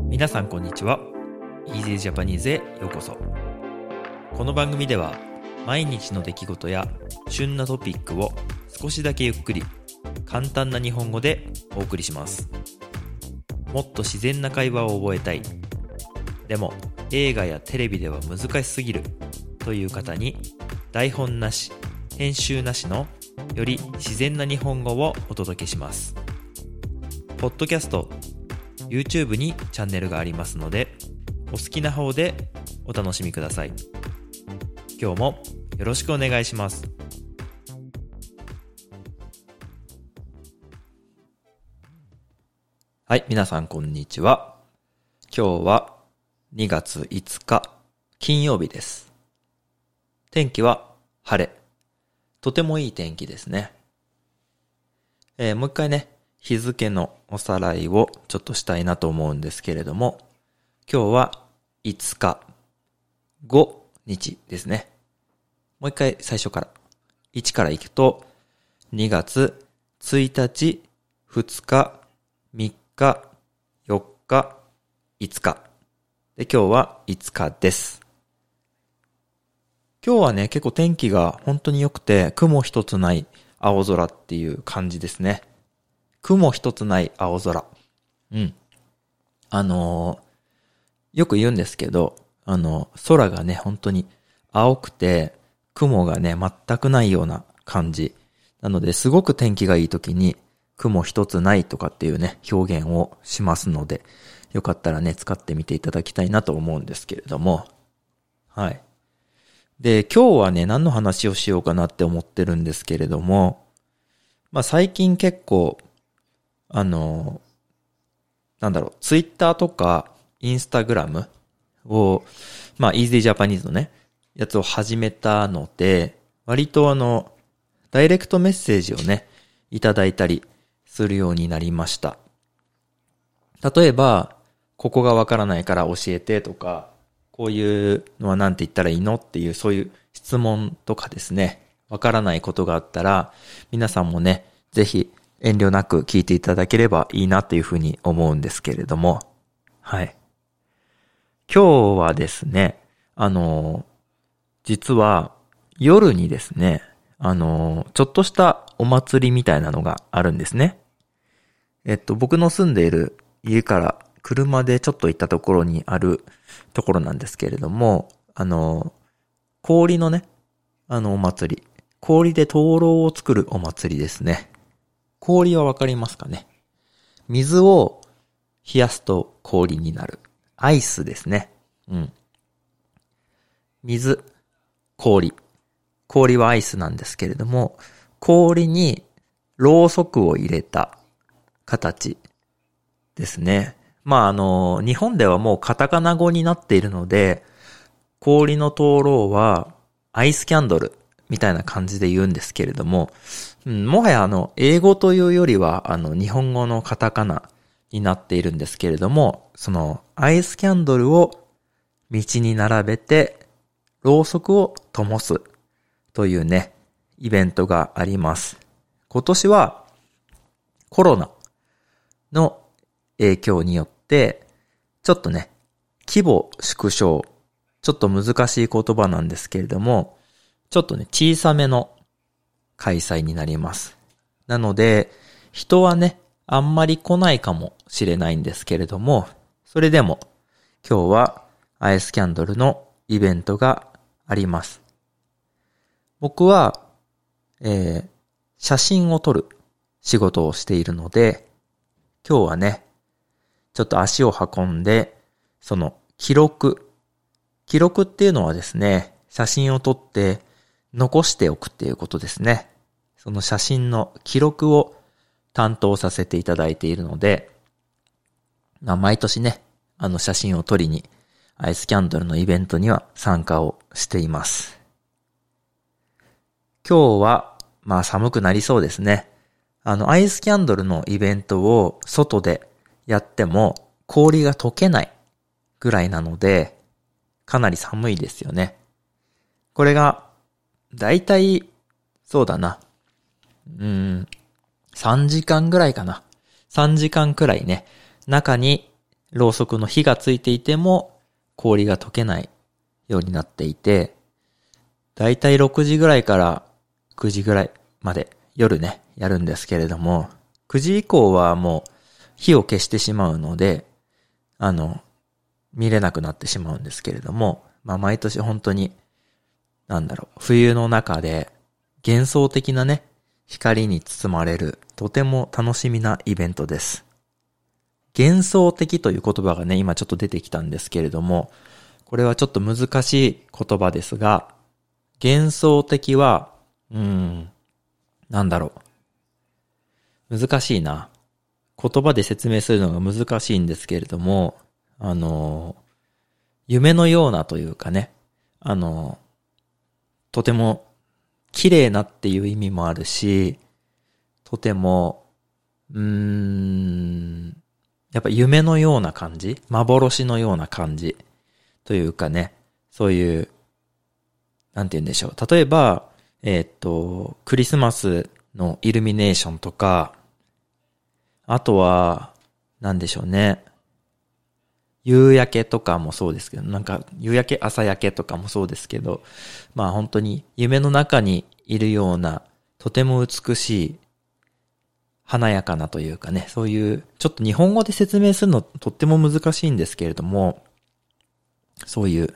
皆さんこんにちは。 Easy Japanese へようこそ。この番組では毎日の出来事や旬なトピックを少しだけゆっくり簡単な日本語でお送りします。もっと自然な会話を覚えたい、でも映画やテレビでは難しすぎるという方に、台本なし編集なしのより自然な日本語をお届けします。ポッドキャスト、YouTube にチャンネルがありますので、お好きな方でお楽しみください。今日もよろしくお願いします。はい、皆さんこんにちは。今日は2月5日金曜日です。天気は晴れ。とてもいい天気ですね。もう一回ね、日付のおさらいをちょっとしたいなと思うんですけれども、今日は5日、5日ですね。もう一回最初から、1からいくと、2月1日、2日、3日、4日、5日。で、今日は5日です。今日はね、結構天気が本当に良くて、雲一つない青空っていう感じですね。雲一つない青空。よく言うんですけど、空がね、本当に青くて、雲がね、全くないような感じ。なので、すごく天気がいい時に、雲一つないとかっていうね、表現をしますので、よかったらね、使ってみていただきたいなと思うんですけれども。はい。で、今日はね、何の話をしようかなって思ってるんですけれども、最近結構、ツイッターとか、インスタグラムを、Easy Japanese のね、やつを始めたので、割とダイレクトメッセージをね、いただいたりするようになりました。例えば、ここがわからないから教えてとか、こういうのはなんて言ったらいいのっていう、そういう質問とかですね、わからないことがあったら、皆さんもね、ぜひ遠慮なく聞いていただければいいなというふうに思うんですけれども、はい。今日はですね、実は夜にですね、ちょっとしたお祭りみたいなのがあるんですね。僕の住んでいる家から車でちょっと行ったところにあるところなんですけれども、氷のね、お祭り。氷で灯籠を作るお祭りですね。氷はわかりますかね。水を冷やすと氷になる。アイスですね。水、氷。氷はアイスなんですけれども、氷にろうそくを入れた形ですね。日本ではもうカタカナ語になっているので、氷の灯籠はアイスキャンドルみたいな感じで言うんですけれども、もはや英語というよりは日本語のカタカナになっているんですけれども、そのアイスキャンドルを道に並べてろうそくを灯すというね、イベントがあります。今年はコロナの影響によって、ちょっとね、規模縮小、ちょっと難しい言葉なんですけれども、ちょっとね、小さめの開催になります。なので、人はね、あんまり来ないかもしれないんですけれども、それでも今日はアイスキャンドルのイベントがあります。僕は、写真を撮る仕事をしているので、今日はね、ちょっと足を運んで、その記録っていうのはですね、写真を撮って残しておくっていうことですね。その写真の記録を担当させていただいているので、毎年ね、写真を撮りにアイスキャンドルのイベントには参加をしています。今日は寒くなりそうですね。アイスキャンドルのイベントを外でやっても氷が溶けないぐらいなので、かなり寒いですよね。これがだいたいそうだな。3時間ぐらいかな。3時間くらいね、中にろうそくの火がついていても氷が溶けないようになっていて、だいたい6時ぐらいから9時ぐらいまで夜ね、やるんですけれども、9時以降はもう火を消してしまうので、見れなくなってしまうんですけれども、毎年本当に、冬の中で幻想的なね、光に包まれる、とても楽しみなイベントです。幻想的という言葉がね、今ちょっと出てきたんですけれども、これはちょっと難しい言葉ですが、幻想的は、難しいな。言葉で説明するのが難しいんですけれども、夢のようなというかね、とても綺麗なっていう意味もあるし、とても、やっぱ夢のような感じ、幻のような感じというかね、そういう、なんて言うんでしょう。例えば、クリスマスのイルミネーションとか、あとは、なんでしょうね。夕焼けとかもそうですけど、夕焼け、朝焼けとかもそうですけど、本当に夢の中にいるような、とても美しい、華やかなというかね、そういう、ちょっと日本語で説明するのとっても難しいんですけれども、そういう、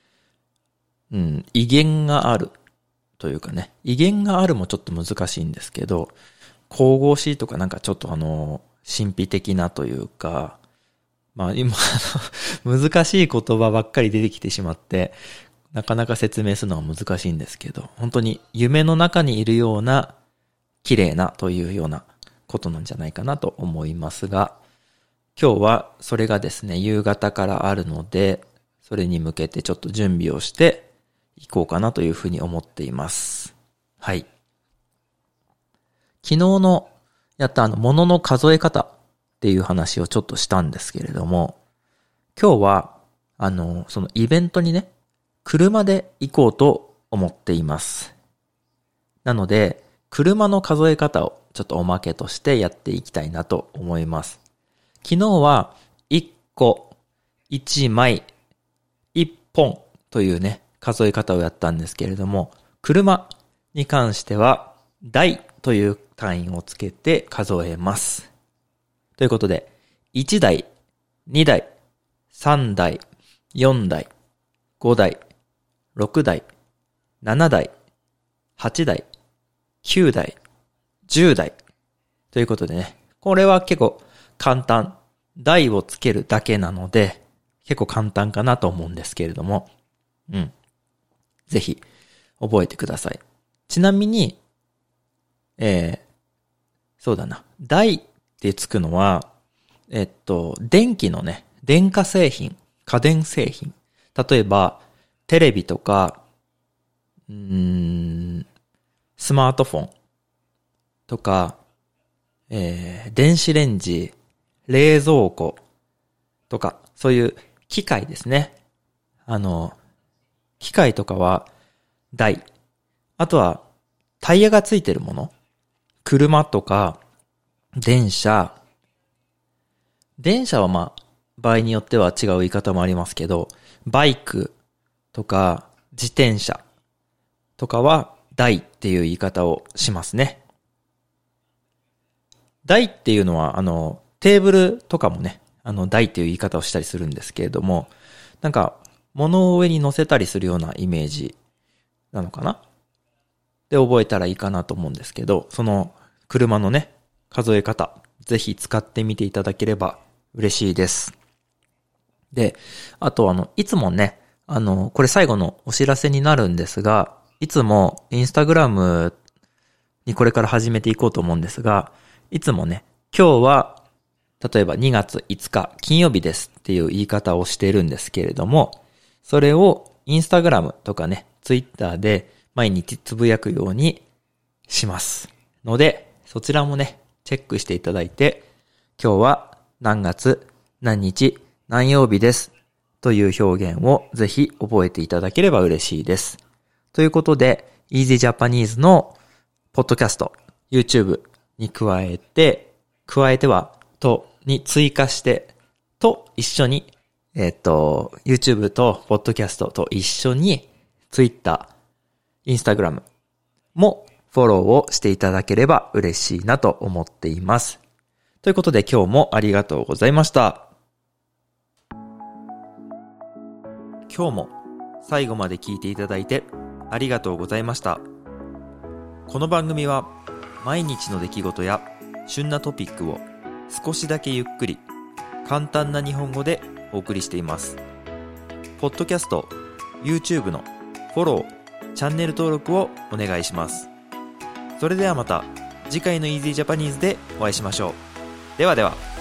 威厳があるというかね、威厳があるもちょっと難しいんですけど、神々しいとかちょっと神秘的なというか、今難しい言葉ばっかり出てきてしまって、なかなか説明するのが難しいんですけど、本当に夢の中にいるような綺麗なというようなことなんじゃないかなと思いますが、今日はそれがですね、夕方からあるので、それに向けてちょっと準備をしていこうかなというふうに思っています。はい。昨日のやった物の数え方っていう話をちょっとしたんですけれども、今日は、そのイベントにね、車で行こうと思っています。なので、車の数え方をちょっとおまけとしてやっていきたいなと思います。昨日は、1個、1枚、1本というね、数え方をやったんですけれども、車に関しては、台という単位をつけて数えます。ということで、1台、2台、3台、4台、5台、6台、7台、8台、9台、10台。ということでね、これは結構簡単。台をつけるだけなので、結構簡単かなと思うんですけれども、ぜひ覚えてください。ちなみに、そうだな。台ってつくのは、電気のね、電化製品、家電製品。例えば、テレビとか、スマートフォンとか、電子レンジ、冷蔵庫とか、そういう機械ですね。機械とかは台。あとはタイヤがついてるもの。車とか、電車。電車は場合によっては違う言い方もありますけど、バイクとか自転車とかは台っていう言い方をしますね。台っていうのはテーブルとかもね、台っていう言い方をしたりするんですけれども、物を上に乗せたりするようなイメージなのかなで覚えたらいいかなと思うんですけど、その車のね、数え方、ぜひ使ってみていただければ嬉しいです。で、あといつもね、これ最後のお知らせになるんですが、いつもインスタグラムにこれから始めていこうと思うんですが、いつもね、今日は、例えば2月5日金曜日ですっていう言い方をしているんですけれども、それをインスタグラムとかね、ツイッターで毎日つぶやくようにしますので、そちらもね、チェックしていただいて、今日は何月何日何曜日ですという表現をぜひ覚えていただければ嬉しいです。ということで、Easy Japanese のポッドキャスト、YouTube に加えてはに追加して、 と一緒に、YouTube と Podcast と一緒に Twitter、Instagram もフォローをしていただければ嬉しいなと思っています。ということで今日もありがとうございました。今日も最後まで聞いていただいてありがとうございました。この番組は毎日の出来事や旬なトピックを少しだけゆっくり簡単な日本語でお送りしています。ポッドキャスト、YouTube のフォロー、チャンネル登録をお願いします。それではまた次回の Easy Japanese でお会いしましょう。ではでは。